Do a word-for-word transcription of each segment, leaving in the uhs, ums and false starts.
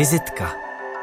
Vizitka.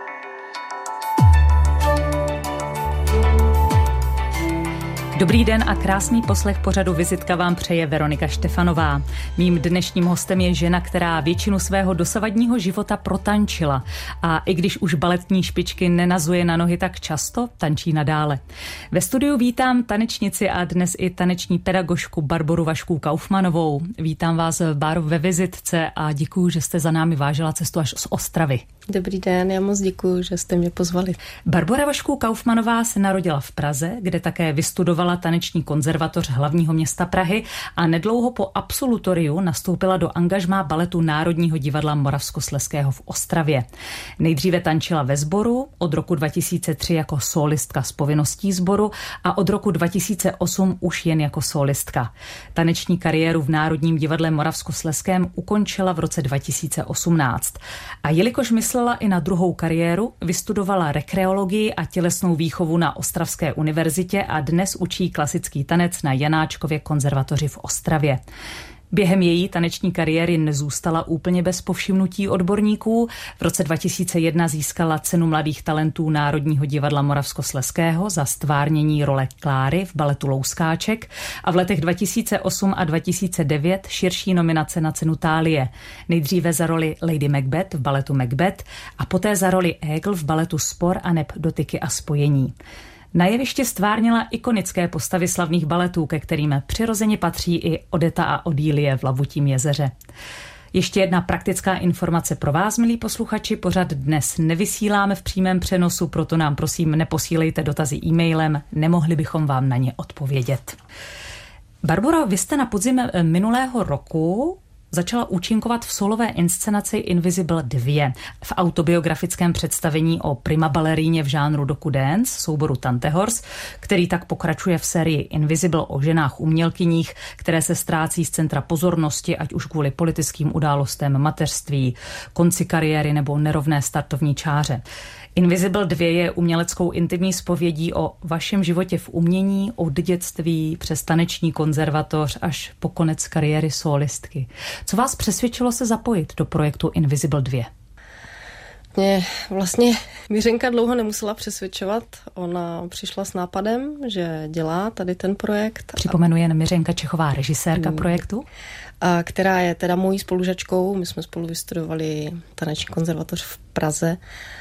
Dobrý den a krásný poslech pořadu Vizitka vám přeje Veronika Štefanová. Mým dnešním hostem je žena, která většinu svého dosavadního života protančila. A i když už baletní špičky nenazuje na nohy tak často, tančí nadále. Ve studiu vítám tanečnici a dnes i taneční pedagožku Barboru Vašku Kaufmanovou. Vítám vás, Báro, ve Vizitce a děkuji, že jste za námi vážila cestu až z Ostravy. Dobrý den, já moc děkuji, že jste mě pozvali. Barbora Vašku Kaufmanová se narodila v Praze, kde také vystudovala taneční konzervatoř hlavního města Prahy a nedlouho po absolutoriu nastoupila do angažmá baletu Národního divadla Moravskoslezského v Ostravě. Nejdříve tančila ve sboru, od roku dva tisíce tři jako sólistka s povinností sboru a od roku dva tisíce osm už jen jako sólistka. Taneční kariéru v Národním divadle Moravskoslezském ukončila v roce dva tisíce osmnáct. A jelikož myslela i na druhou kariéru, vystudovala rekreologii a tělesnou výchovu na Ostravské univerzitě a dnes učí klasický tanec na Janáčkově konzervatoři v Ostravě. Během její taneční kariéry nezůstala úplně bez povšimnutí odborníků. V roce dva tisíce jedna získala cenu mladých talentů Národního divadla Moravskoslezského za stvárnění role Kláry v baletu Louskáček a v letech dva tisíce osm a dva tisíce devět širší nominace na cenu Thálie. Nejdříve za roli Lady Macbeth v baletu Macbeth a poté za roli Égl v baletu Spor a neb Dotyky a spojení. Na jeviště stvárnila ikonické postavy slavných baletů, ke kterým přirozeně patří i Odeta a Odílie v Labutím jezeře. Ještě jedna praktická informace pro vás, milí posluchači. Pořad dnes nevysíláme v přímém přenosu, proto nám prosím neposílejte dotazy e-mailem, nemohli bychom vám na ně odpovědět. Barboro, vy jste na podzim minulého roku začala účinkovat v solové inscenaci Invisible dva v autobiografickém představení o prima baleríně v žánru doku dance, souboru Tante Horse, který tak pokračuje v sérii Invisible o ženách umělkyních, které se ztrácí z centra pozornosti, ať už kvůli politickým událostem, mateřství, konci kariéry nebo nerovné startovní čáře. Invisible dva je uměleckou intimní zpovědí o vašem životě v umění, od dětství přes taneční konzervatoř až po konec kariéry sólistky. Co vás přesvědčilo se zapojit do projektu Invisible dva? Mě vlastně Mířenka dlouho nemusela přesvědčovat. Ona přišla s nápadem, že dělá tady ten projekt. Připomenu jen Mířenka Čechová, režisérka hmm. projektu. A která je teda mojí spolužačkou. My jsme spolu vystudovali taneční konzervatoř v Praze.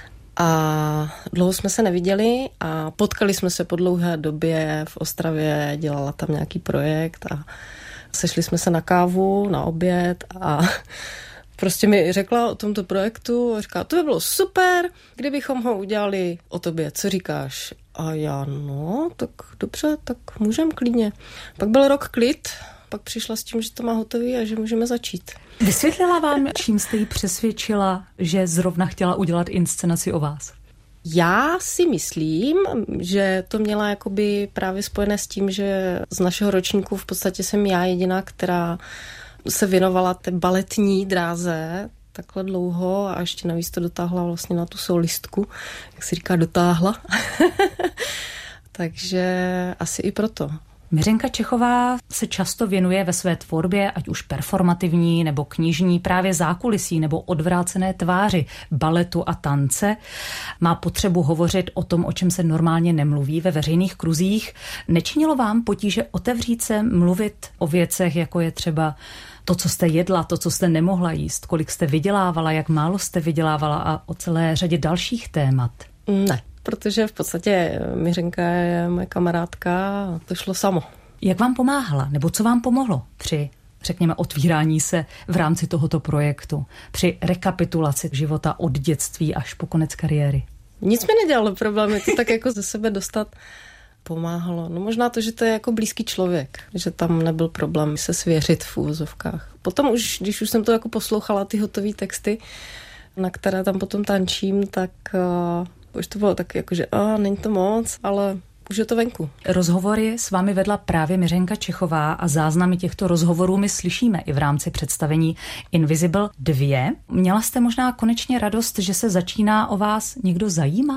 A dlouho jsme se neviděli a potkali jsme se po dlouhé době v Ostravě, dělala tam nějaký projekt a sešli jsme se na kávu, na oběd a prostě mi řekla o tomto projektu a říká, to by bylo super, kdybychom ho udělali o tobě, co říkáš? A já, no, tak dobře, tak můžem klidně. Pak byl rok klid, pak přišla s tím, že to má hotový a že můžeme začít. Vysvětlila vám, čím jste jí přesvědčila, že zrovna chtěla udělat inscenaci o vás? Já si myslím, že to měla jakoby právě spojené s tím, že z našeho ročníku v podstatě jsem já jediná, která se věnovala té baletní dráze takhle dlouho a ještě navíc to dotáhla vlastně na tu solistku, jak se říká, dotáhla. Takže asi i proto. Mířenka Čechová se často věnuje ve své tvorbě, ať už performativní nebo knižní, právě zákulisí nebo odvrácené tváři baletu a tance. Má potřebu hovořit o tom, o čem se normálně nemluví ve veřejných kruzích. Nečinilo vám potíže otevřít se, mluvit o věcech, jako je třeba to, co jste jedla, to, co jste nemohla jíst, kolik jste vydělávala, jak málo jste vydělávala a o celé řadě dalších témat? Ne. Protože v podstatě Mířenka je moje kamarádka a to šlo samo. Jak vám pomáhala, nebo co vám pomohlo při, řekněme, otvírání se v rámci tohoto projektu, při rekapitulaci života od dětství až po konec kariéry? Nic mi nedělalo problémy, to tak jako ze sebe dostat pomáhalo. No možná to, že to je jako blízký člověk, že tam nebyl problém se svěřit v úvozovkách. Potom už, když už jsem to jako poslouchala, ty hotové texty, na které tam potom tančím, tak už to bylo tak jako, že a, není to moc, ale už je to venku. Rozhovory s vámi vedla právě Mířenka Čechová a záznamy těchto rozhovorů my slyšíme i v rámci představení Invisible dva. Měla jste možná konečně radost, že se začíná o vás někdo zajímat?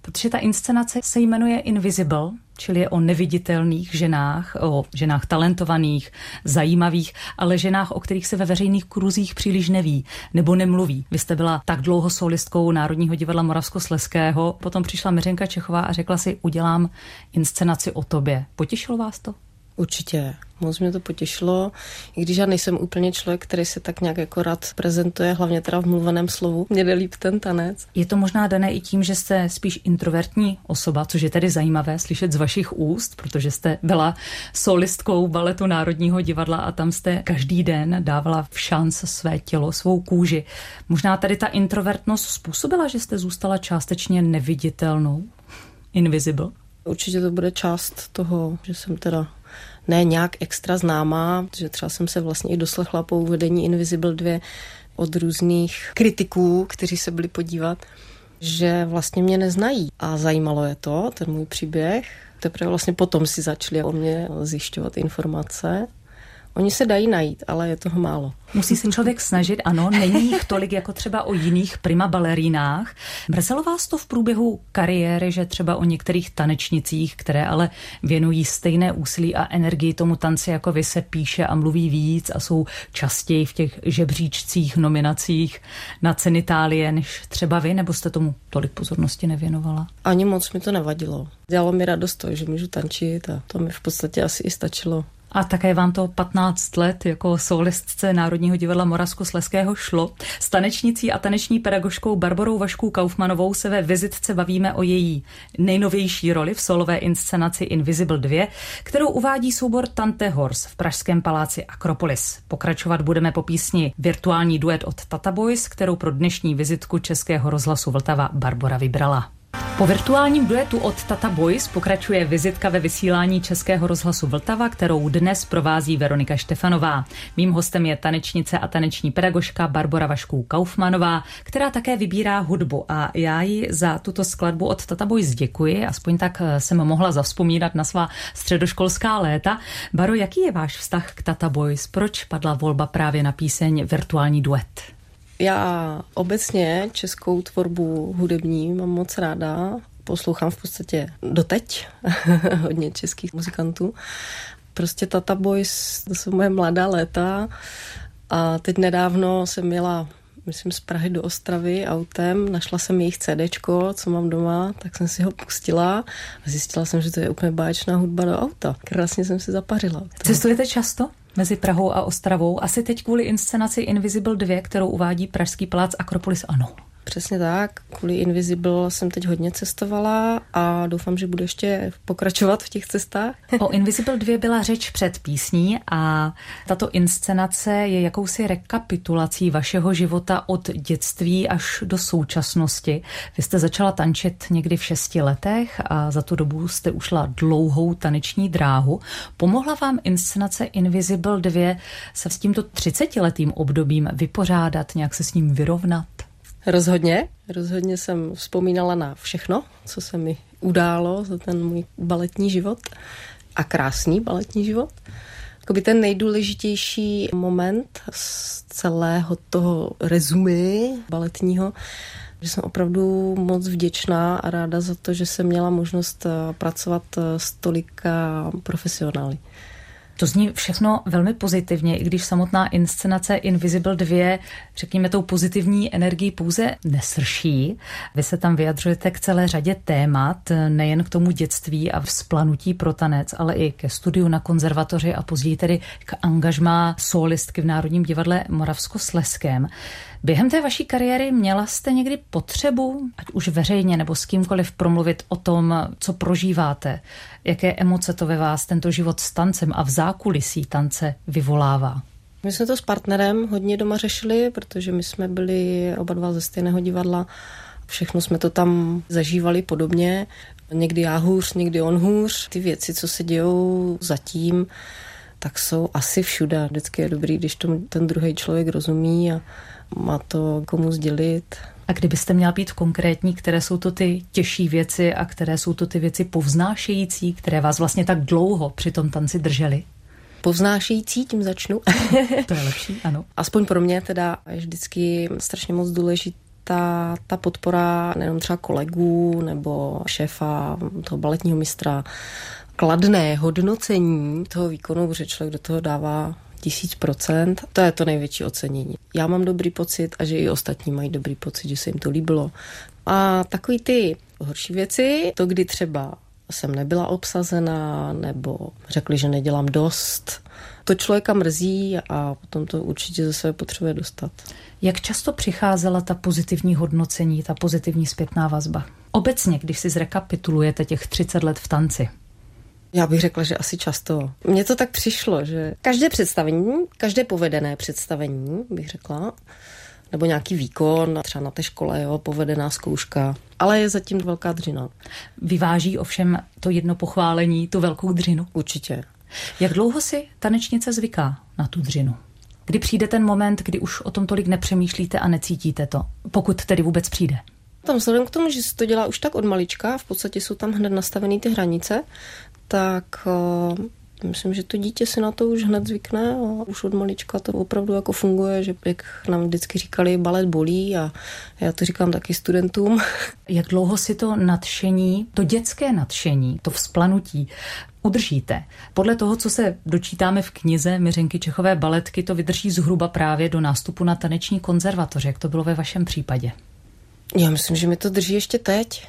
protože ta inscenace se jmenuje Invisible, čili je o neviditelných ženách, o ženách talentovaných, zajímavých, ale ženách, o kterých se ve veřejných kruzích příliš neví nebo nemluví. Vy jste byla tak dlouho solistkou Národního divadla Moravskoslezského, potom přišla Miřenka Čechová a řekla si, udělám inscenaci o tobě. Potěšilo vás to? Určitě. Moc mě to potěšilo, i když já nejsem úplně člověk, který se tak nějak jako rád prezentuje, hlavně teda v mluveném slovu. Mě jde líp ten tanec. Je to možná dané i tím, že jste spíš introvertní osoba, což je tedy zajímavé slyšet z vašich úst, protože jste byla solistkou baletu Národního divadla a tam jste každý den dávala v šanc své tělo, svou kůži. Možná tady ta introvertnost způsobila, že jste zůstala částečně neviditelnou, invisible? Určitě to bude část toho, že jsem teda ne nějak extra známá, že třeba jsem se vlastně i doslechla po uvedení Invisible dva od různých kritiků, kteří se byli podívat, že vlastně mě neznají. A zajímalo je to, ten můj příběh. Teprve vlastně potom si začali o mě zjišťovat informace. Oni se dají najít, ale je toho málo. Musí se člověk snažit, ano, není jich tolik jako třeba o jiných prima balerínách. Mrzelo vás to v průběhu kariéry, že třeba o některých tanečnicích, které ale věnují stejné úsilí a energii tomu tanci, jako vy, se píše a mluví víc a jsou častěji v těch žebříčcích, nominacích na ceny Itálie, než třeba vy, nebo jste tomu tolik pozornosti nevěnovala? Ani moc mi to nevadilo. Dělalo mi radost to, že můžu tančit a to mi v podstatě asi i stačilo. A také vám to patnáct let jako solistce Národního divadla Moravskoslezského šlo. S tanečnicí a taneční pedagožkou Barborou Vaškou Kaufmanovou se ve vizitce bavíme o její nejnovější roli v solové inscenaci Invisible dva, kterou uvádí soubor Tante Horse v pražském paláci Akropolis. Pokračovat budeme po písni Virtuální duet od Tata Boys, kterou pro dnešní vizitku Českého rozhlasu Vltava Barbora vybrala. Po virtuálním duetu od Tata Boys pokračuje vizitka ve vysílání Českého rozhlasu Vltava, kterou dnes provází Veronika Štefanová. Mým hostem je tanečnice a taneční pedagožka Barbora Vaškou Kaufmanová, která také vybírá hudbu a já jí za tuto skladbu od Tata Boys děkuji, aspoň tak jsem mohla zavzpomínat na svá středoškolská léta. Baro, jaký je váš vztah k Tata Boys? Proč padla volba právě na píseň Virtuální duet? Já obecně českou tvorbu hudební mám moc ráda. Poslouchám v podstatě doteď hodně českých muzikantů. Prostě Tata Boys, to jsou moje mladá léta a teď nedávno jsem jela, myslím, z Prahy do Ostravy autem, našla jsem jejich CDčko, co mám doma, tak jsem si ho pustila a zjistila jsem, že to je úplně báječná hudba do auta. Krásně jsem si zapařila. Cestujete často mezi Prahou a Ostravou? Asi teď kvůli inscenaci Invisible dva, kterou uvádí pražský palác Akropolis, ano. Přesně tak. Kvůli Invisible jsem teď hodně cestovala a doufám, že budu ještě pokračovat v těch cestách. O Invisible dva byla řeč před písní a tato inscenace je jakousi rekapitulací vašeho života od dětství až do současnosti. Vy jste začala tančit někdy v šesti letech a za tu dobu jste ušla dlouhou taneční dráhu. Pomohla vám inscenace Invisible dva se s tímto třicetiletým obdobím vypořádat, nějak se s ním vyrovnat? Rozhodně. Rozhodně jsem vzpomínala na všechno, co se mi událo za ten můj baletní život a krásný baletní život. Jakoby ten nejdůležitější moment z celého toho rezumé baletního, že jsem opravdu moc vděčná a ráda za to, že jsem měla možnost pracovat s tolika profesionály. To zní všechno velmi pozitivně, i když samotná inscenace Invisible dva, řekněme, tou pozitivní energií pouze nesrší. Vy se tam vyjadřujete k celé řadě témat, nejen k tomu dětství a vzplanutí pro tanec, ale i ke studiu na konzervatoři a později tedy k angažmá solistky v Národním divadle Moravskoslezském. Během té vaší kariéry měla jste někdy potřebu, ať už veřejně nebo s kýmkoliv, promluvit o tom, co prožíváte, jaké emoce to ve vás tento život s tancem a v zákulisí tance vyvolává? My jsme to s partnerem hodně doma řešili, protože my jsme byli oba dva ze stejného divadla. Všechno jsme to tam zažívali podobně. Někdy já hůř, někdy on hůř. Ty věci, co se dějou zatím, tak jsou asi všude. Vždycky je dobrý, když to ten druhý člověk rozumí a má to komu sdělit. A kdybyste měla být konkrétní, které jsou to ty těžší věci a které jsou to ty věci povznášející, které vás vlastně tak dlouho při tom tanci držely? Povznášející, tím začnu. To je lepší, ano. Aspoň pro mě teda je vždycky strašně moc důležité ta, ta podpora nejenom třeba kolegů nebo šéfa, toho baletního mistra, kladné hodnocení toho výkonu, protože člověk do toho dává tisíc procent, to je to největší ocenění. Já mám dobrý pocit a že i ostatní mají dobrý pocit, že se jim to líbilo. A takový ty horší věci, to kdy třeba jsem nebyla obsazená nebo řekli, že nedělám dost, to člověka mrzí a potom to určitě ze sebe potřebuje dostat. Jak často přicházela ta pozitivní hodnocení, ta pozitivní zpětná vazba? Obecně, když si zrekapitulujete těch třicet let v tanci. Já bych řekla, že asi často. Mně to tak přišlo, že každé představení, každé povedené představení, bych řekla, nebo nějaký výkon, třeba na té škole, jo, povedená zkouška, ale je zatím velká dřina. Vyváží ovšem to jedno pochválení, tu velkou dřinu? Určitě. Jak dlouho si tanečnice zvyká na tu dřinu? Kdy přijde ten moment, kdy už o tom tolik nepřemýšlíte a necítíte to, pokud tedy vůbec přijde? Tam vzhledem k tomu, že se to dělá už tak od malička, v podstatě jsou tam hned nastavené ty hranice, tak uh, myslím, že to dítě si na to už hned zvykne a už od malička to opravdu jako funguje, že jak nám vždycky říkali, balet bolí a já to říkám taky studentům. Jak dlouho si to nadšení, to dětské nadšení, to vzplanutí udržíte? Podle toho, co se dočítáme v knize Miřenky Čechové baletky, to vydrží zhruba právě do nástupu na taneční konzervatoř. Jak to bylo ve vašem případě? Já myslím, že mi to drží ještě teď.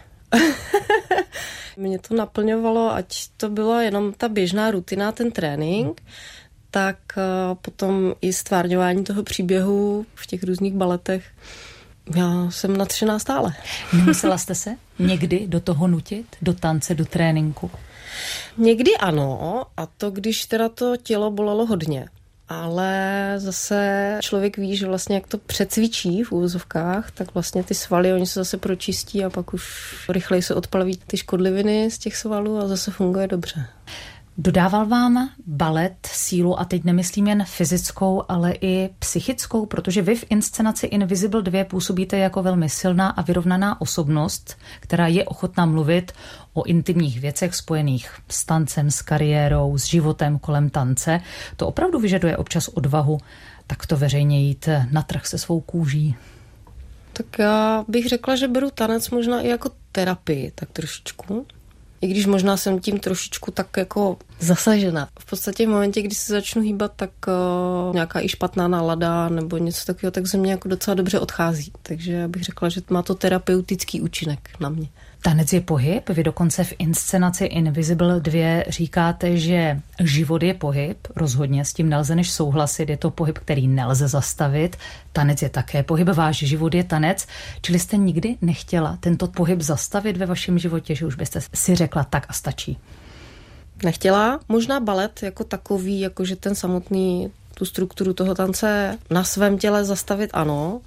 Mě to naplňovalo, ať to byla jenom ta běžná rutina, ten trénink, tak potom i stvárňování toho příběhu v těch různých baletech. Já jsem nadšená stále. Nemusela jste se někdy do toho nutit, do tance, do tréninku? Někdy ano, a to když teda to tělo bolelo hodně. Ale zase člověk ví, že vlastně jak to přecvičí v úvozovkách, tak vlastně ty svaly, oni se zase pročistí a pak už rychleji se odplaví ty škodliviny z těch svalů a zase funguje dobře. Dodával vám balet sílu, a teď nemyslím jen fyzickou, ale i psychickou, protože vy v inscenaci Invisible dva působíte jako velmi silná a vyrovnaná osobnost, která je ochotná mluvit o intimních věcech spojených s tancem, s kariérou, s životem kolem tance. To opravdu vyžaduje občas odvahu takto veřejně jít na trh se svou kůží. Tak já bych řekla, že beru tanec možná i jako terapii, tak trošičku. I když možná jsem tím trošičku tak jako zasažena. V podstatě v momentě, kdy se začnu hýbat, tak uh, nějaká i špatná nálada nebo něco takového, tak ze mě jako docela dobře odchází. Takže já bych řekla, že má to terapeutický účinek na mě. Tanec je pohyb. Vy dokonce v inscenaci Invisible dva říkáte, že život je pohyb. Rozhodně s tím nelze než souhlasit. Je to pohyb, který nelze zastavit. Tanec je také pohyb. Váš život je tanec. Čili jste nikdy nechtěla tento pohyb zastavit ve vašem životě, že už byste si řekla tak a stačí? Nechtěla. Možná balet jako takový, jakože ten samotný, tu strukturu toho tance na svém těle zastavit ano,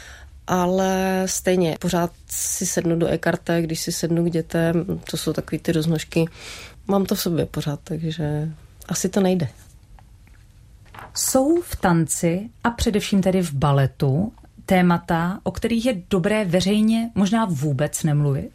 ale stejně pořád si sednu do écarté, když si sednu k dětem, to jsou takový ty roznožky. Mám to v sobě pořád, takže asi to nejde. Jsou v tanci a především tedy v baletu témata, o kterých je dobré veřejně možná vůbec nemluvit?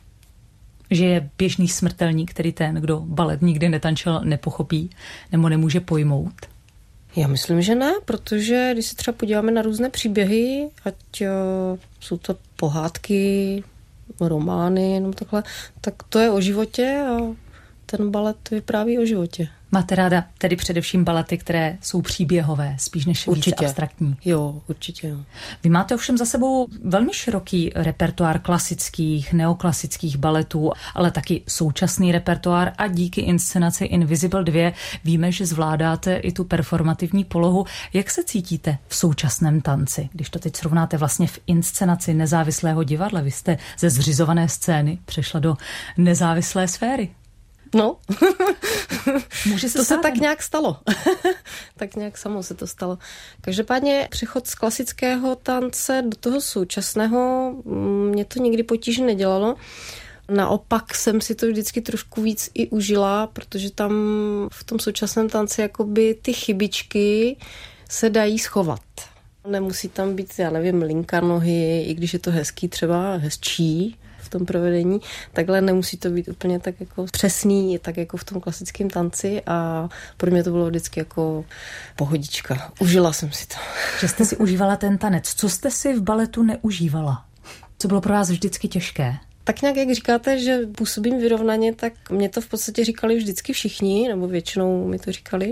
Že je běžný smrtelník, který ten, kdo balet nikdy netančil, nepochopí nebo nemůže pojmout? Já myslím, že ne, protože když se třeba podíváme na různé příběhy, ať uh, jsou to pohádky, romány, nebo takhle, tak to je o životě a ten balet vypráví o životě. Máte ráda tedy především balety, které jsou příběhové, spíš než víc abstraktní? Jo, určitě jo. Vy máte ovšem za sebou velmi široký repertoár klasických, neoklasických baletů, ale taky současný repertoár a díky inscenaci Invisible dva víme, že zvládáte i tu performativní polohu. Jak se cítíte v současném tanci? Když to teď srovnáte vlastně v inscenaci nezávislého divadla, vy jste ze zřizované scény přešla do nezávislé sféry. No, Může se to stát, se tak nějak stalo. Tak nějak samo se to stalo. Každopádně přechod z klasického tance do toho současného mě to nikdy potíže nedělalo. Naopak jsem si to vždycky trošku víc i užila, protože tam v tom současném tanci jakoby ty chybičky se dají schovat. Nemusí tam být, já nevím, linka nohy, i když je to hezký, třeba hezčí, v tom provedení. Takhle nemusí to být úplně tak jako přesný, tak jako v tom klasickém tanci a pro mě to bylo vždycky jako pohodička. Užila jsem si to. Že jste si užívala ten tanec. Co jste si v baletu neužívala? Co bylo pro vás vždycky těžké? Tak nějak, jak říkáte, že působím vyrovnaně, tak mě to v podstatě říkali vždycky všichni, nebo většinou mi to říkali,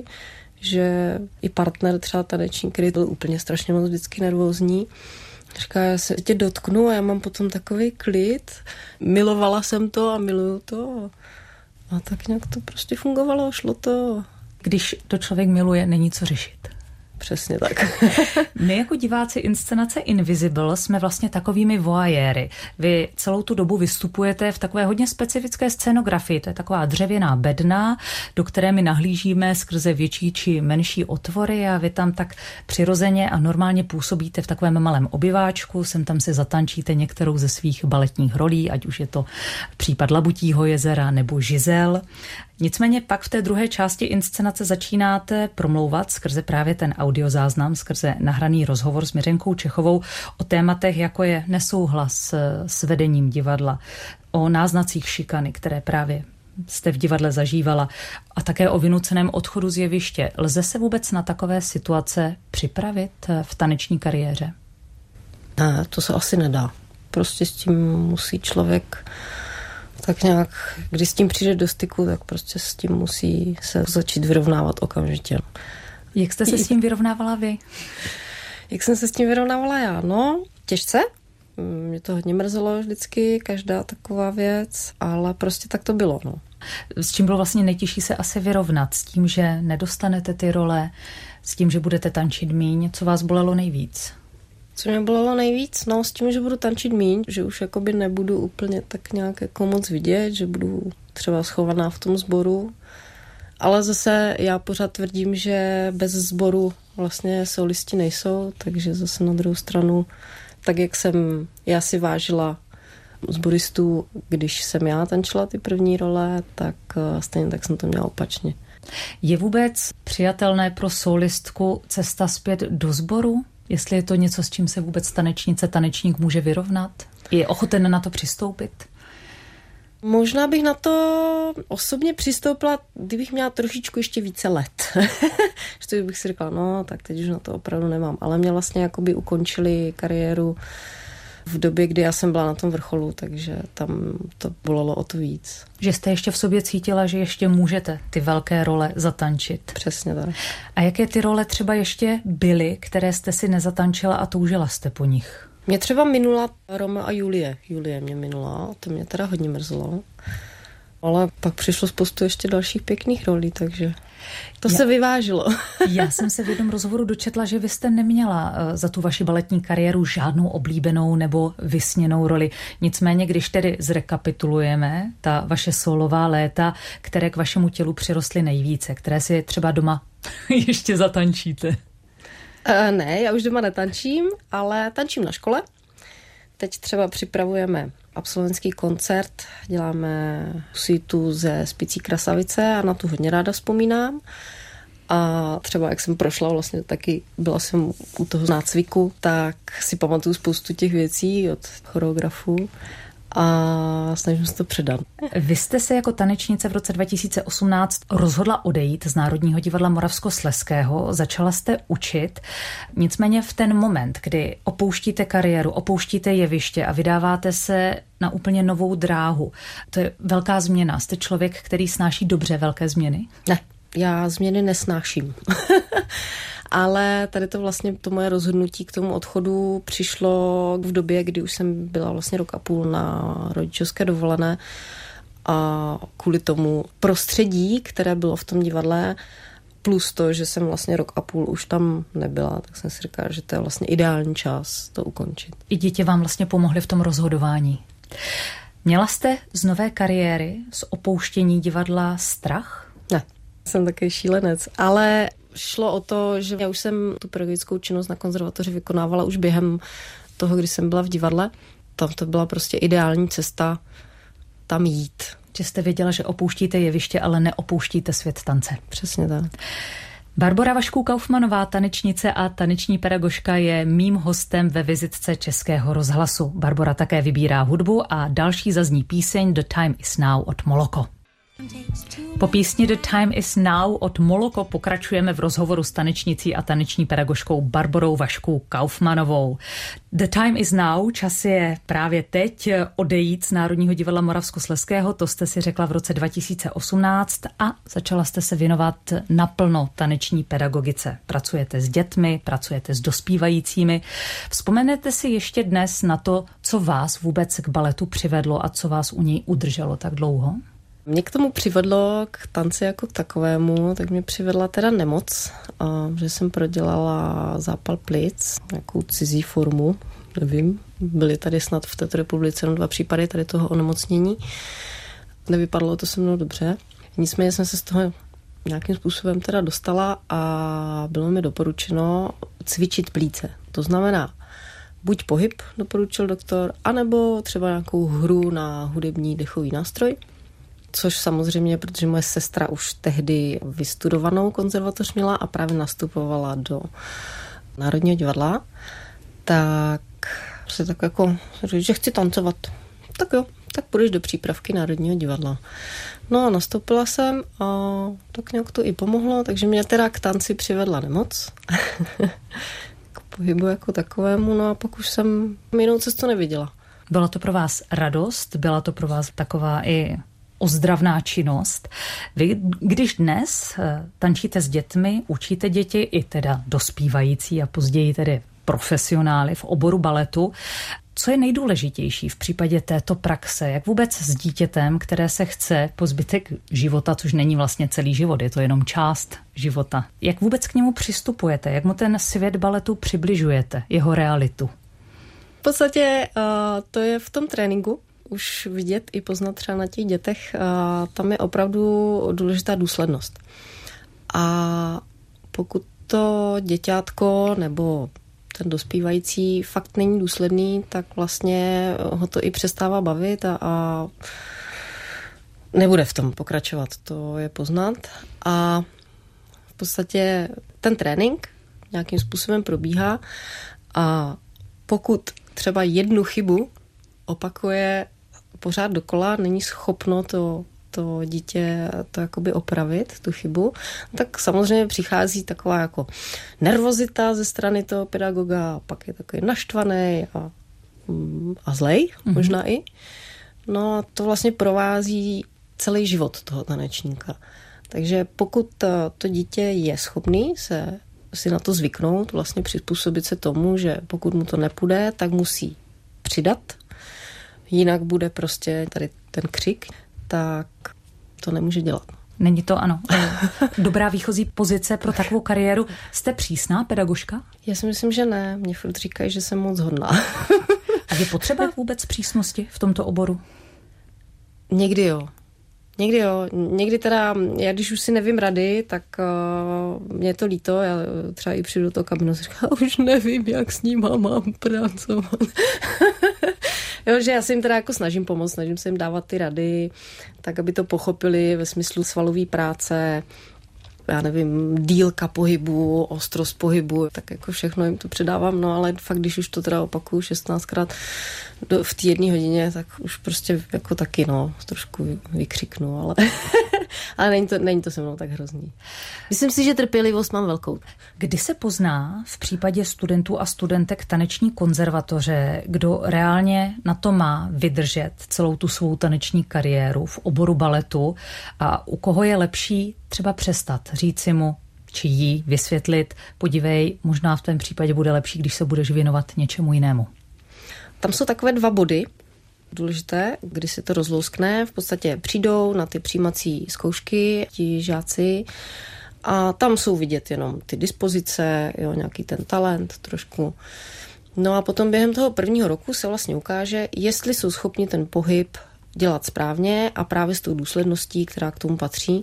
že i partner třeba taneční, který byl úplně strašně moc vždycky nervózní, říká, já se tě dotknu a já mám potom takový klid. Milovala jsem to a miluju to. A tak nějak to prostě fungovalo, šlo to. Když to člověk miluje, není co řešit. Přesně tak. My jako diváci inscenace Invisible jsme vlastně takovými voyeury. Vy celou tu dobu vystupujete v takové hodně specifické scenografii. To je taková dřevěná bedna, do které my nahlížíme skrze větší či menší otvory a vy tam tak přirozeně a normálně působíte v takovém malém obyváčku. Sem tam si zatančíte některou ze svých baletních rolí, ať už je to případ Labutího jezera nebo Žizel. Nicméně pak v té druhé části inscenace začínáte promlouvat skrze právě ten audiozáznam, skrze nahraný rozhovor s Miřenkou Čechovou o tématech, jako je nesouhlas s vedením divadla, o náznacích šikany, které právě jste v divadle zažívala a také o vynuceném odchodu z jeviště. Lze se vůbec na takové situace připravit v taneční kariéře? Ne, to se asi nedá. Prostě s tím musí člověk tak nějak, když s tím přijde do styku, tak prostě s tím musí se začít vyrovnávat okamžitě. Jak jste se s tím vyrovnávala vy? Jak jsem se s tím vyrovnávala já? No, těžce. Mě to hodně mrzelo vždycky, každá taková věc, ale prostě tak to bylo, no. S čím bylo vlastně nejtěžší se asi vyrovnat? S tím, že nedostanete ty role, s tím, že budete tančit míň? Co vás bolelo nejvíc? Co mě bolelo nejvíc? No, s tím, že budu tančit míň, že už jakoby nebudu úplně tak nějak jako moc vidět, že budu třeba schovaná v tom sboru. Ale zase já pořád tvrdím, že bez sboru vlastně solisti nejsou, takže zase na druhou stranu, tak jak jsem já si vážila sboristů, když jsem já tančila ty první role, tak stejně tak jsem to měla opačně. Je vůbec přijatelné pro solistku cesta zpět do sboru? Jestli je to něco, s čím se vůbec tanečnice, tanečník může vyrovnat? Je ochoten na to přistoupit? Možná bych na to osobně přistoupila, kdybych měla trošičku ještě více let. Že bych si řekla, no tak teď už na to opravdu nemám. Ale mě vlastně jakoby ukončili kariéru v době, kdy já jsem byla na tom vrcholu, takže tam to bolelo o to víc. Že jste ještě v sobě cítila, že ještě můžete ty velké role zatančit. Přesně tak. A jaké ty role třeba ještě byly, které jste si nezatančila a toužila jste po nich? Mě třeba minula Romeo a Julie. Julie mě minula, to mě teda hodně mrzelo. Ale pak přišlo spoustu ještě dalších pěkných rolí, takže to já, se vyvážilo. Já jsem se v jednom rozhovoru dočetla, že vy jste neměla za tu vaši baletní kariéru žádnou oblíbenou nebo vysněnou roli. Nicméně, když tedy zrekapitulujeme ta vaše solová léta, které k vašemu tělu přirostly nejvíce, které si třeba doma ještě zatančíte. Uh, ne, já už doma netančím, ale tančím na škole. Teď třeba připravujeme absolventský koncert, děláme suitu ze Spicí krasavice a na tu hodně ráda vzpomínám. A třeba jak jsem prošla vlastně taky, byla jsem u toho nácviku, tak si pamatuju spoustu těch věcí od choreografů a snažím se to předat. Vy jste se jako tanečnice v roce dva tisíce osmnáct rozhodla odejít z Národního divadla Moravskoslezského, začala jste učit, nicméně v ten moment, kdy opouštíte kariéru, opouštíte jeviště a vydáváte se na úplně novou dráhu, to je velká změna. Jste člověk, který snáší dobře velké změny? Ne, já změny nesnáším. Ale tady to vlastně, to moje rozhodnutí k tomu odchodu přišlo v době, kdy už jsem byla vlastně rok a půl na rodičovské dovolené a kvůli tomu prostředí, které bylo v tom divadle, plus to, že jsem vlastně rok a půl už tam nebyla, tak jsem si říkala, že to je vlastně ideální čas to ukončit. I děti vám vlastně pomohly v tom rozhodování. Měla jste z nové kariéry, z opouštění divadla strach? Ne, jsem takový šílenec, ale šlo o to, že já už jsem tu pedagogickou činnost na konzervatoři vykonávala už během toho, kdy jsem byla v divadle. Tam to byla prostě ideální cesta tam jít. Že jste věděla, že opouštíte jeviště, ale neopouštíte svět tance. Přesně tak. Barbora Vašků-Kaufmanová, tanečnice a taneční pedagožka, je mým hostem ve vizitce Českého rozhlasu. Barbora také vybírá hudbu a další zazní píseň The Time Is Now od Moloko. Po písni The Time Is Now od Moloko pokračujeme v rozhovoru s tanečnicí a taneční pedagožkou Barborou Vašků-Kaufmanovou. The Time Is Now, čas je právě teď odejít z Národního divadla Moravskoslezského, to jste si řekla v roce dva tisíce osmnáct a začala jste se věnovat naplno taneční pedagogice. Pracujete s dětmi, pracujete s dospívajícími. Vzpomenete si ještě dnes na to, co vás vůbec k baletu přivedlo a co vás u něj udrželo tak dlouho? Mě k tomu přivedlo, k tanci jako k takovému, tak mě přivedla teda nemoc, že jsem prodělala zápal plic, nějakou cizí formu, nevím, byly tady snad v této republice jenom dva případy tady toho onemocnění. Nevypadlo to se mnou dobře, nicméně jsem se z toho nějakým způsobem teda dostala a bylo mi doporučeno cvičit plíce. To znamená, buď pohyb doporučil doktor, anebo třeba nějakou hru na hudební dechový nástroj, což samozřejmě, protože moje sestra už tehdy vystudovanou konzervatoř měla a právě nastupovala do Národního divadla, tak se tak jako říct, že chci tancovat. Tak jo, tak půjdeš do přípravky Národního divadla. No a nastoupila jsem a tak nějak to i pomohlo, takže mě teda k tanci přivedla nemoc. K pohybu jako takovému, no a pak už jsem jinou cestu neviděla. Byla to pro vás radost? Byla to pro vás taková i ozdravná činnost? Vy, když dnes tančíte s dětmi, učíte děti i teda dospívající a později tedy profesionály v oboru baletu, co je nejdůležitější v případě této praxe? Jak vůbec s dítětem, které se chce po zbytek života, což není vlastně celý život, je to jenom část života, jak vůbec k němu přistupujete? Jak mu ten svět baletu přibližujete, jeho realitu? V podstatě uh, to je v tom tréninku už vidět i poznat třeba na těch dětech. Uh, tam je opravdu důležitá důslednost. A pokud to děťátko nebo ten dospívající fakt není důsledný, tak vlastně ho to i přestává bavit a, a nebude v tom pokračovat. To je poznat. A v podstatě ten trénink nějakým způsobem probíhá a pokud třeba jednu chybu opakuje pořád dokola, není schopno to, to dítě to jakoby opravit, tu chybu, tak samozřejmě přichází taková jako nervozita ze strany toho pedagoga, pak je takový naštvaný a, a zlej, mm-hmm. možná i. No a to vlastně provází celý život toho tanečníka. Takže pokud to dítě je schopný se si na to zvyknout, vlastně přizpůsobit se tomu, že pokud mu to nepůjde, tak musí přidat, jinak bude prostě tady ten křik, tak to nemůže dělat. Není to, ano, dobrá výchozí pozice pro takovou kariéru. Jste přísná pedagožka? Já si myslím, že ne. Mně furt říkají, že jsem moc hodná. A je potřeba vůbec přísnosti v tomto oboru? Někdy jo. Někdy jo. Někdy teda, já když už si nevím rady, tak uh, mě je to líto. Já třeba i přijdu do toho kabinu a říkám, už nevím, jak s ním mám pracovat. Jo, že já se jim teda jako snažím pomoct, snažím se jim dávat ty rady, tak, aby to pochopili ve smyslu svalové práce, já nevím, dílka pohybu, ostrost pohybu, tak jako všechno jim to předávám, no ale fakt, když už to teda opakuju šestnáctkrát do, v té jedné hodině, tak už prostě jako taky, no, trošku vykřiknu, ale, ale není, to, není to se mnou tak hrozný. Myslím si, že trpělivost mám velkou. Kdy se pozná v případě studentů a studentek taneční konzervatoře, kdo reálně na to má vydržet celou tu svou taneční kariéru v oboru baletu a u koho je lepší třeba přestat, říci mu či jí vysvětlit, podívej, možná v tom případě bude lepší, když se budeš věnovat něčemu jinému. Tam jsou takové dva body důležité, kdy se to rozlouskne, v podstatě přijdou na ty přijímací zkoušky ti žáci a tam jsou vidět jenom ty dispozice, jo, nějaký ten talent trošku. No a potom během toho prvního roku se vlastně ukáže, jestli jsou schopni ten pohyb dělat správně a právě s tou důsledností, která k tomu patří.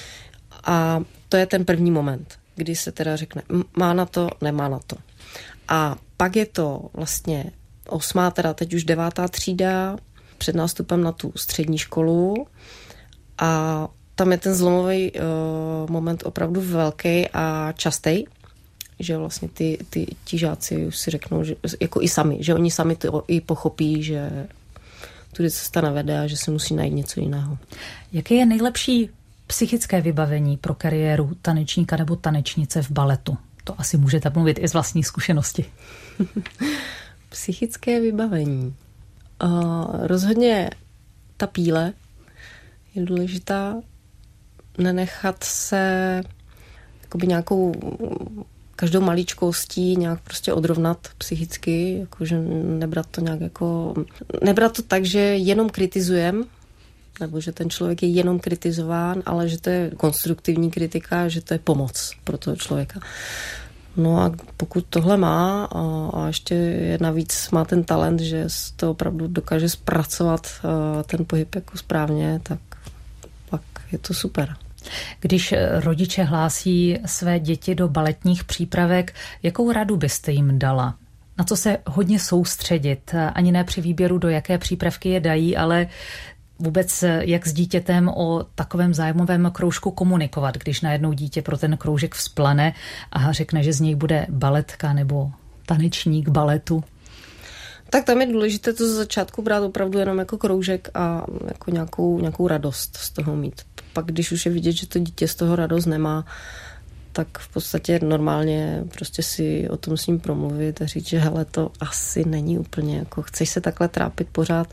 A to je ten první moment, kdy se teda řekne, má na to, nemá na to. A pak je to vlastně osmá, teda teď už devátá třída, před nástupem na tu střední školu a tam je ten zlomový uh, moment opravdu velký a častý, že vlastně ty, ty ti žáci už si řeknou, že, jako i sami, že oni sami to i pochopí, že tudy cesta nevede a že se musí najít něco jiného. Jaké je nejlepší psychické vybavení pro kariéru tanečníka nebo tanečnice v baletu? To asi můžete mluvit i z vlastní zkušenosti. Psychické vybavení. Uh, rozhodně ta píle je důležitá. Nenechat se jakoby nějakou každou maličkostí nějak prostě odrovnat psychicky, jakože nebrat to nějak jako, nebrat to tak, že jenom kritizujem, nebo že ten člověk je jenom kritizován, ale že to je konstruktivní kritika, že to je pomoc pro toho člověka. No a pokud tohle má a, a ještě je navíc má ten talent, že to opravdu dokáže zpracovat ten pohyb jako správně, tak pak je to super. Když rodiče hlásí své děti do baletních přípravek, jakou radu byste jim dala? Na co se hodně soustředit? Ani ne při výběru, do jaké přípravky je dají, ale vůbec jak s dítětem o takovém zájmovém kroužku komunikovat, když najednou dítě pro ten kroužek vzplane a řekne, že z něj bude baletka nebo tanečník baletu. Tak tam je důležité to ze začátku brát opravdu jenom jako kroužek a jako nějakou, nějakou radost z toho mít. Pak když už je vidět, že to dítě z toho radost nemá, tak v podstatě normálně prostě si o tom s ním promluvit a říct, že hele, to asi není úplně jako, chceš se takhle trápit pořád,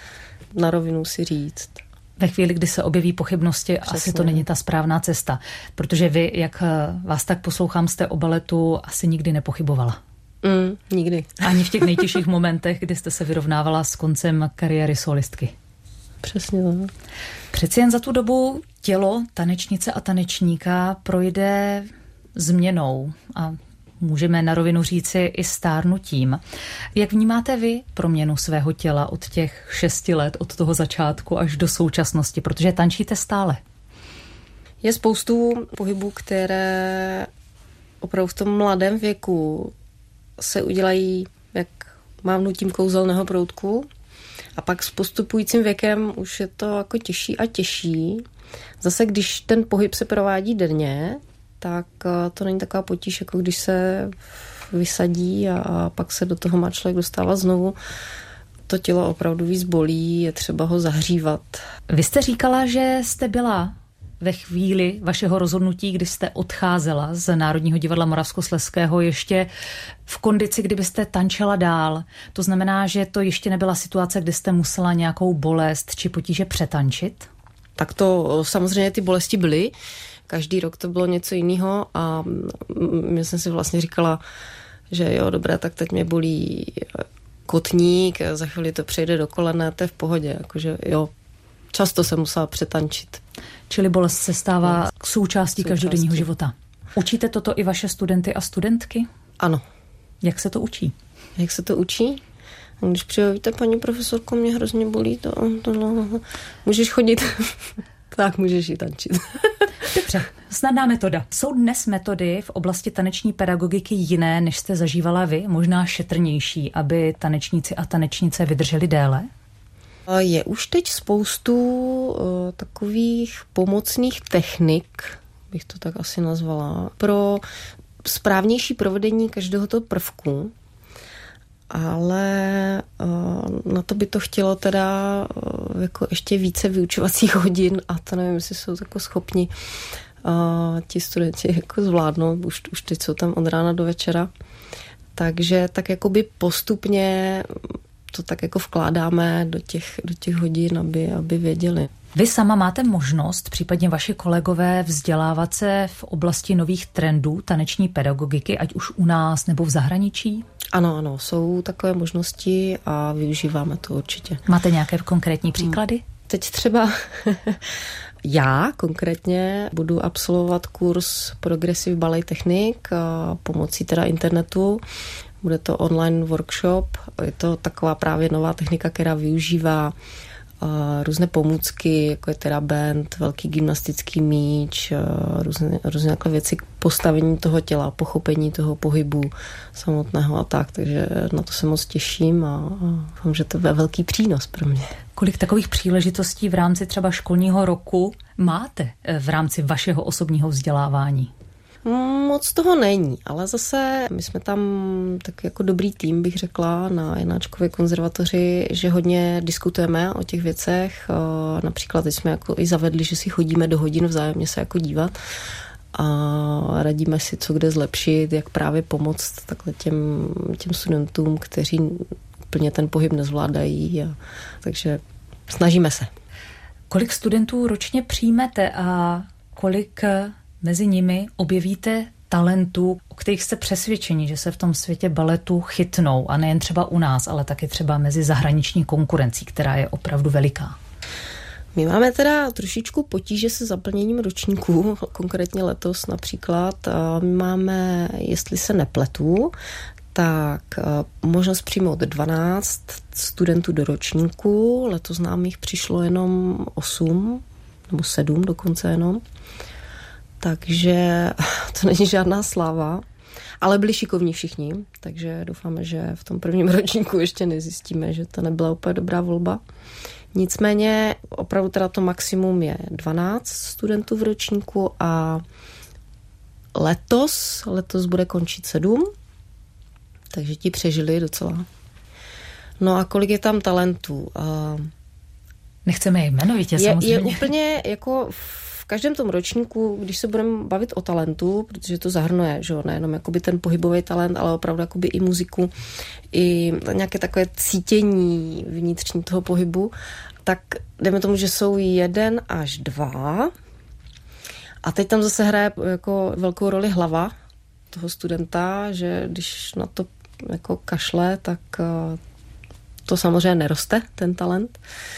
na rovinu si říct. Ve chvíli, kdy se objeví pochybnosti, přesně, asi to není ta správná cesta. Protože vy, jak vás tak poslouchám, jste o baletu asi nikdy nepochybovala. Mm, nikdy. Ani v těch nejtěžších momentech, kdy jste se vyrovnávala s koncem kariéry solistky. Přesně to. Přeci jen za tu dobu tělo tanečnice a tanečníka projde změnou a můžeme na rovinu říci i stárnutím. Jak vnímáte vy proměnu svého těla od těch šesti let, od toho začátku až do současnosti, protože tančíte stále? Je spoustu pohybů, které opravdu v tom mladém věku se udělají, jak mávnutím kouzelného proutku, a pak s postupujícím věkem už je to jako těžší a těžší. Zase, když ten pohyb se provádí denně, tak to není taková potíž, jako když se vysadí a pak se do toho má člověk dostávat znovu. To tělo opravdu víc bolí, je třeba ho zahřívat. Vy jste říkala, že jste byla ve chvíli vašeho rozhodnutí, kdy jste odcházela z Národního divadla Moravskoslezského ještě v kondici, kdybyste tančila dál. To znamená, že to ještě nebyla situace, kdy jste musela nějakou bolest či potíže přetančit? Tak to samozřejmě ty bolesti byly. Každý rok to bylo něco jiného a já jsem si vlastně říkala, že jo, dobré, tak teď mě bolí kotník, za chvíli to přejde do kolene, to je v pohodě. Jakože jo, často jsem musela přetančit. Čili bolest se stává k součástí každodenního života. Učíte toto i vaše studenty a studentky? Ano. Jak se to učí? Jak se to učí? Když přijde, víte, paní profesorko, mě hrozně bolí, to, to no, můžeš chodit, tak můžeš i tančit. Dobře, snadná metoda. Jsou dnes metody v oblasti taneční pedagogiky jiné, než jste zažívala vy, možná šetrnější, aby tanečníci a tanečnice vydrželi déle? Je už teď spoustu uh, takových pomocných technik, bych to tak asi nazvala, pro správnější provedení každého toho prvku, ale uh, na to by to chtělo teda uh, jako ještě více vyučovacích hodin a to nevím, jestli jsou jako schopni uh, ti studenti jako zvládnout, už, už teď jsou tam od rána do večera. Takže tak jakoby postupně to tak jako vkládáme do těch, do těch hodin, aby, aby věděli. Vy sama máte možnost, případně vaši kolegové, vzdělávat se v oblasti nových trendů taneční pedagogiky, ať už u nás nebo v zahraničí? Ano, ano, jsou takové možnosti a využíváme to určitě. Máte nějaké konkrétní příklady? Teď třeba já konkrétně budu absolvovat kurz Progressive Ballet Technique pomocí teda internetu. Bude to online workshop, je to taková právě nová technika, která využívá různé pomůcky, jako je teda band, velký gymnastický míč, různé, různé takové věci k postavení toho těla, pochopení toho pohybu samotného a tak, takže na to se moc těším a doufám, že to bude velký přínos pro mě. Kolik takových příležitostí v rámci třeba školního roku máte v rámci vašeho osobního vzdělávání? Moc toho není, ale zase my jsme tam tak jako dobrý tým, bych řekla, na Janáčkově konzervatoři, že hodně diskutujeme o těch věcech. Například teď jsme jako i zavedli, že si chodíme do hodin vzájemně se jako dívat a radíme si, co kde zlepšit, jak právě pomoct takhle těm, těm studentům, kteří úplně ten pohyb nezvládají. A, takže snažíme se. Kolik studentů ročně přijmete a kolik mezi nimi objevíte talentů, o kterých jste přesvědčeni, že se v tom světě baletu chytnou a nejen třeba u nás, ale taky třeba mezi zahraniční konkurencí, která je opravdu veliká? My máme teda trošičku potíže se zaplněním ročníků, konkrétně letos například. My máme, jestli se nepletu, tak možnost přijmout dvanáct studentů do ročníku. Letos nám jich přišlo jenom osm, nebo sedm dokonce jenom. Takže to není žádná sláva, ale byli šikovní všichni, takže doufáme, že v tom prvním ročníku ještě nezjistíme, že to nebyla úplně dobrá volba. Nicméně opravdu teda to maximum je dvanáct studentů v ročníku a letos, letos bude končit sedm, takže ti přežili docela. No a kolik je tam talentů? Nechceme je jmenovitě je, samozřejmě. Je úplně jako v každém tom ročníku, když se budeme bavit o talentu, protože to zahrnuje, že nejenom jakoby ten pohybový talent, ale opravdu jakoby i muziku, i nějaké takové cítění vnitřní toho pohybu, tak jdeme tomu, že jsou jeden až dva. A teď tam zase hraje jako velkou roli hlava toho studenta, že když na to jako kašle, tak to samozřejmě neroste, ten talent.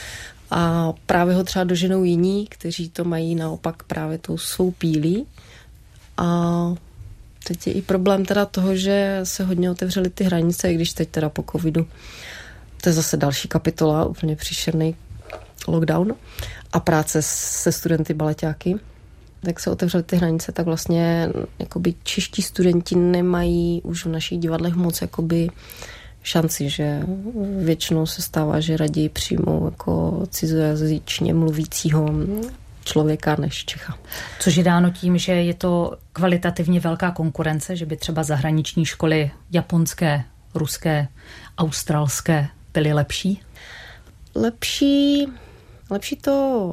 A právě ho třeba doženou jiní, kteří to mají naopak právě tou svou pílí. A teď je i problém teda toho, že se hodně otevřely ty hranice, i když teď teda po covidu. To je zase další kapitola, úplně příšerný lockdown a práce se studenty baleťáky. Tak se otevřely ty hranice, tak vlastně jakoby čeští studenti nemají už v našich divadlech moc jakoby šanci, že většinou se stává, že raději přijmou jako cizojazyčně mluvícího člověka než Čecha. Což je dáno tím, že je to kvalitativně velká konkurence, že by třeba zahraniční školy japonské, ruské, australské byly lepší? Lepší, lepší to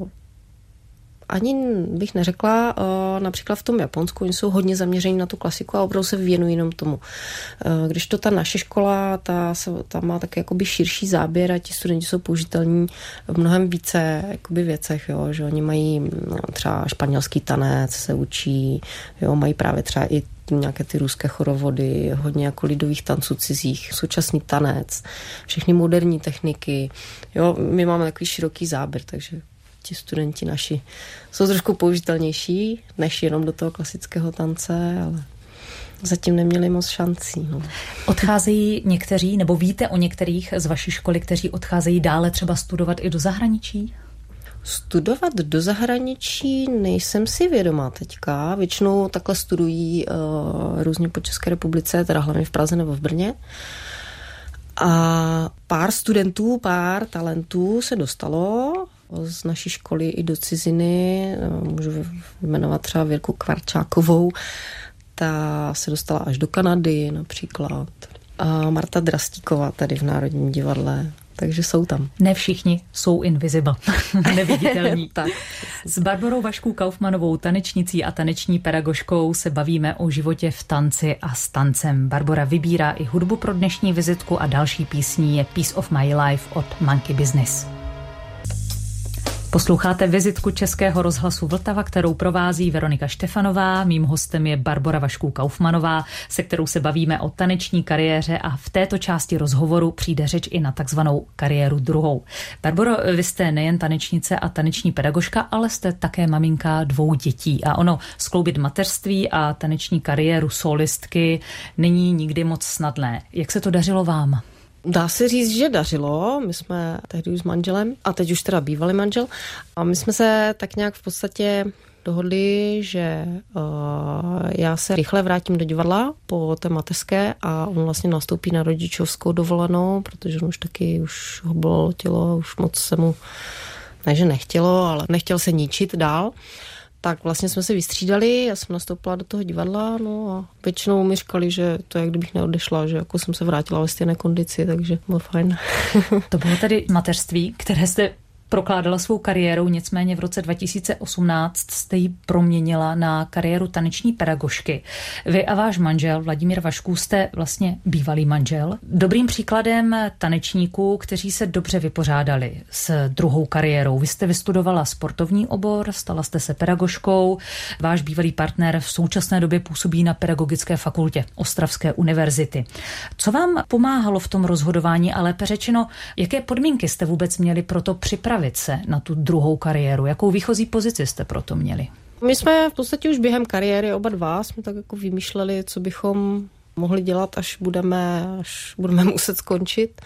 ani bych neřekla, například v tom Japonsku, oni jsou hodně zaměření na tu klasiku a opravdu se věnují jenom tomu. Když to ta naše škola, ta, ta má taky jakoby širší záběr a ti studenti jsou použitelní v mnohem více jakoby věcech, jo, že oni mají no, třeba španělský tanec, se učí, jo, mají právě třeba i nějaké ty ruské chorovody, hodně jako lidových tanců cizích, současný tanec, všechny moderní techniky. Jo, my máme takový široký záběr, takže ti studenti naši jsou trošku použitelnější, než jenom do toho klasického tance, ale zatím neměli moc šancí. No. Odcházejí někteří, nebo víte o některých z vaší školy, kteří odcházejí dále třeba studovat i do zahraničí? Studovat do zahraničí nejsem si vědomá teďka. Většinou takhle studují uh, různě po České republice, teda hlavně v Praze nebo v Brně. A pár studentů, pár talentů se dostalo z naší školy i do ciziny. Můžu jmenovat třeba Věrku Kvarčákovou. Ta se dostala až do Kanady například. A Marta Drastíková tady v Národním divadle. Takže jsou tam. Ne všichni jsou invisible, neviditelní. Tak. S Barborou Vaškou Kaufmanovou, tanečnicí a taneční pedagožkou, se bavíme o životě v tanci a s tancem. Barbora vybírá i hudbu pro dnešní vizitku a další písní je Piece of My Life od Monkey Business. Posloucháte vizitku Českého rozhlasu Vltava, kterou provází Veronika Štefanová. Mým hostem je Barbora Vašků Kaufmanová, se kterou se bavíme o taneční kariéře a v této části rozhovoru přijde řeč i na takzvanou kariéru druhou. Barboro, vy jste nejen tanečnice a taneční pedagožka, ale jste také maminka dvou dětí a ono skloubit mateřství a taneční kariéru solistky není nikdy moc snadné. Jak se to dařilo vám? Dá se říct, že dařilo. My jsme tehdy už s manželem, a teď už teda bývalý manžel, a my jsme se tak nějak v podstatě dohodli, že uh, já se rychle vrátím do divadla po té mateřské a on vlastně nastoupí na rodičovskou dovolenou, protože on už taky už ho bylo tělo, už moc se mu, ne že nechtělo, ale nechtěl se ničit dál. Tak vlastně jsme se vystřídali, já jsem nastoupila do toho divadla, no a většinou mi říkali, že to je, jak kdybych neodešla, že jako jsem se vrátila ve stejné kondici, takže bylo fajn. To bylo tedy mateřství, které jste prokládala svou kariérou, nicméně v roce dva tisíce osmnáct jste ji proměnila na kariéru taneční pedagožky. Vy a váš manžel Vladimír Vašků jste vlastně bývalý manžel. Dobrým příkladem tanečníků, kteří se dobře vypořádali s druhou kariérou. Vy jste vystudovala sportovní obor, stala jste se pedagožkou. Váš bývalý partner v současné době působí na Pedagogické fakultě Ostravské univerzity. Co vám pomáhalo v tom rozhodování, a lépe řečeno, jaké podmínky jste vůbec měli pro to připravit se na tu druhou kariéru? Jakou výchozí pozici jste proto měli? My jsme v podstatě už během kariéry oba dva jsme tak jako vymýšleli, co bychom mohli dělat, až budeme, až budeme muset skončit.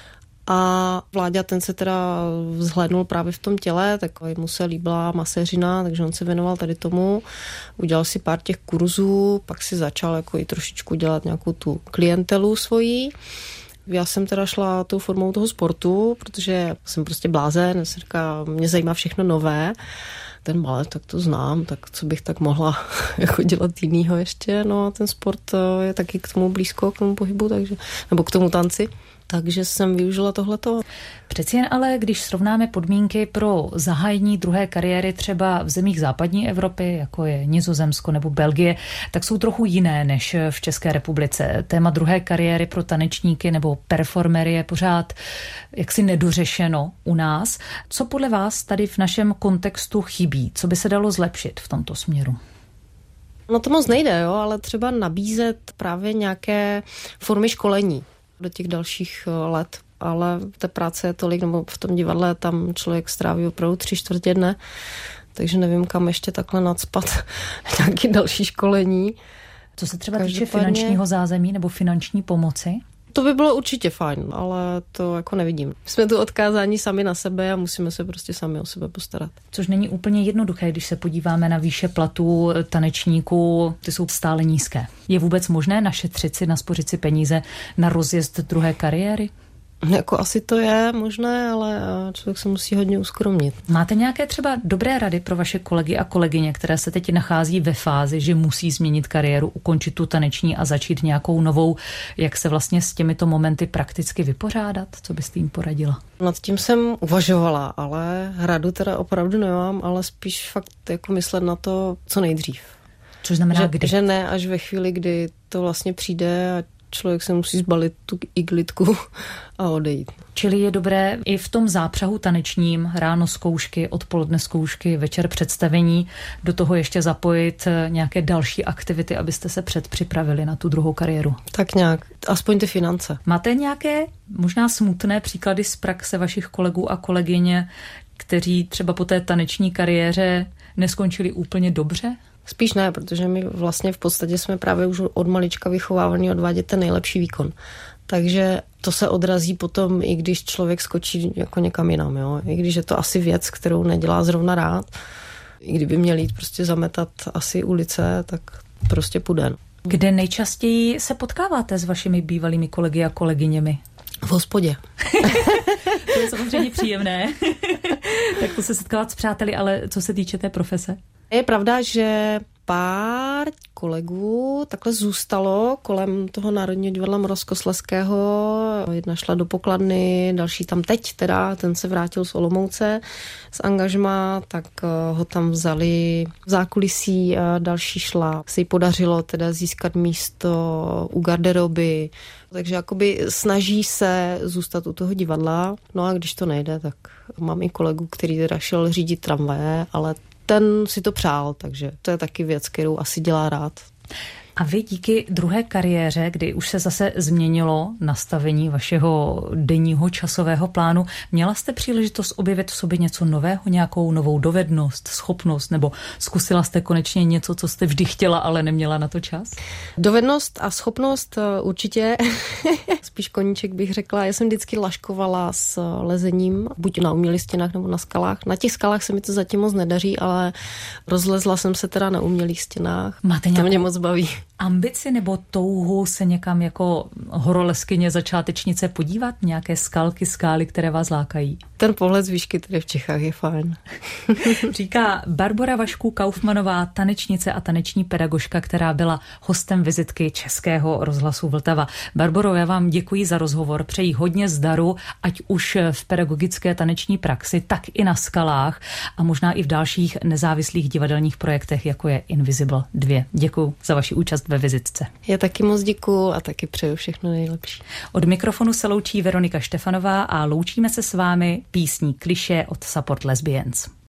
A Vláďa, ten se teda vzhlédnul právě v tom těle, tak mu se líbila maséřina, takže on se věnoval tady tomu. Udělal si pár těch kurzů, pak si začal jako i trošičku dělat nějakou tu klientelu svojí. Já jsem teda šla tou formou toho sportu, protože jsem prostě blázen, jsem říká, mě zajímá všechno nové. Ten balet, tak to znám, tak co bych tak mohla jako dělat jinýho ještě. No a ten sport je taky k tomu blízko, k tomu pohybu, takže, nebo k tomu tanci. Takže jsem využila tohleto. Přeci jen ale, když srovnáme podmínky pro zahájení druhé kariéry třeba v zemích západní Evropy, jako je Nizozemsko nebo Belgie, tak jsou trochu jiné než v České republice. Téma druhé kariéry pro tanečníky nebo performery je pořád jaksi nedořešeno u nás. Co podle vás tady v našem kontextu chybí? Co by se dalo zlepšit v tomto směru? No to moc nejde, jo, ale třeba nabízet právě nějaké formy školení do těch dalších let, ale té práce je tolik, nebo v tom divadle tam člověk stráví opravdu tři čtvrtě dne, takže nevím, kam ještě takhle nacpat nějaké další školení. Co se třeba týče finančního zázemí nebo finanční pomoci? To by bylo určitě fajn, ale to jako nevidím. Jsme tu odkázáni sami na sebe a musíme se prostě sami o sebe postarat. Což není úplně jednoduché, když se podíváme na výše platů tanečníků, ty jsou stále nízké. Je vůbec možné našetřit si, naspořit si peníze na rozjezd druhé kariéry? Jako asi to je možné, ale člověk se musí hodně uskromnit. Máte nějaké třeba dobré rady pro vaše kolegy a kolegyně, které se teď nachází ve fázi, že musí změnit kariéru, ukončit tu taneční a začít nějakou novou, jak se vlastně s těmito momenty prakticky vypořádat? Co byste jim poradila? Nad tím jsem uvažovala, ale radu teda opravdu nemám, ale spíš fakt jako myslet na to, co nejdřív. Což znamená že, kdy? Že ne až ve chvíli, kdy to vlastně přijde a člověk se musí zbalit tu iglitku a odejít. Čili je dobré i v tom zápřahu tanečním, ráno zkoušky, odpoledne zkoušky, večer představení, do toho ještě zapojit nějaké další aktivity, abyste se předpřipravili na tu druhou kariéru. Tak nějak, aspoň ty finance. Máte nějaké možná smutné příklady z praxe vašich kolegů a kolegyně, kteří třeba po té taneční kariéře neskončili úplně dobře? Spíš ne, protože my vlastně v podstatě jsme právě už od malička vychovávaní odvádět ten nejlepší výkon. Takže to se odrazí potom, i když člověk skočí jako někam jinam. Jo? I když je to asi věc, kterou nedělá zrovna rád. I kdyby měl jít prostě zametat asi ulice, tak prostě půjde. Kde nejčastěji se potkáváte s vašimi bývalými kolegy a kolegyněmi? V hospodě. To je samozřejmě příjemné. Tak to se setkávat s přáteli, ale co se týče té profese? Je pravda, že pár kolegů takhle zůstalo kolem toho Národního divadla Moravskoslezského. Jedna šla do pokladny, další tam teď teda, ten se vrátil z Olomouce z angažmá, tak ho tam vzali v zákulisí a další šla. Se jí podařilo teda získat místo u garderoby, takže jakoby snaží se zůstat u toho divadla. No a když to nejde, tak mám i kolegu, který teda šel řídit tramvaje, ale ten si to přál, takže to je taky věc, kterou asi dělá rád. A vy díky druhé kariéře, kdy už se zase změnilo nastavení vašeho denního časového plánu, měla jste příležitost objevit v sobě něco nového, nějakou novou dovednost, schopnost, nebo zkusila jste konečně něco, co jste vždy chtěla, ale neměla na to čas? Dovednost a schopnost určitě, spíš koníček bych řekla. Já jsem vždycky laškovala s lezením, buď na umělých stěnách nebo na skalách. Na těch skalách se mi to zatím moc nedaří, ale rozlezla jsem se teda na umělých stěnách. Máte to mě moc baví. Ambici nebo touhu se někam jako horolezkyně začátečnice podívat? Nějaké skalky, skály, které vás lákají? Ten pohled z výšky tady v Čechách je fajn. Říká Barbora Vašků-Kaufmanová, tanečnice a taneční pedagožka, která byla hostem vizitky Českého rozhlasu Vltava. Barboro, já vám děkuji za rozhovor, přeji hodně zdaru, ať už v pedagogické taneční praxi, tak i na skalách a možná i v dalších nezávislých divadelních projektech, jako je Invisible dva. Děkuji za vaši účast ve vizitce. Já taky moc děkuju a taky přeju všechno nejlepší. Od mikrofonu se loučí Veronika Štefanová a loučíme se s vámi písní Klišé od Support Lesbians.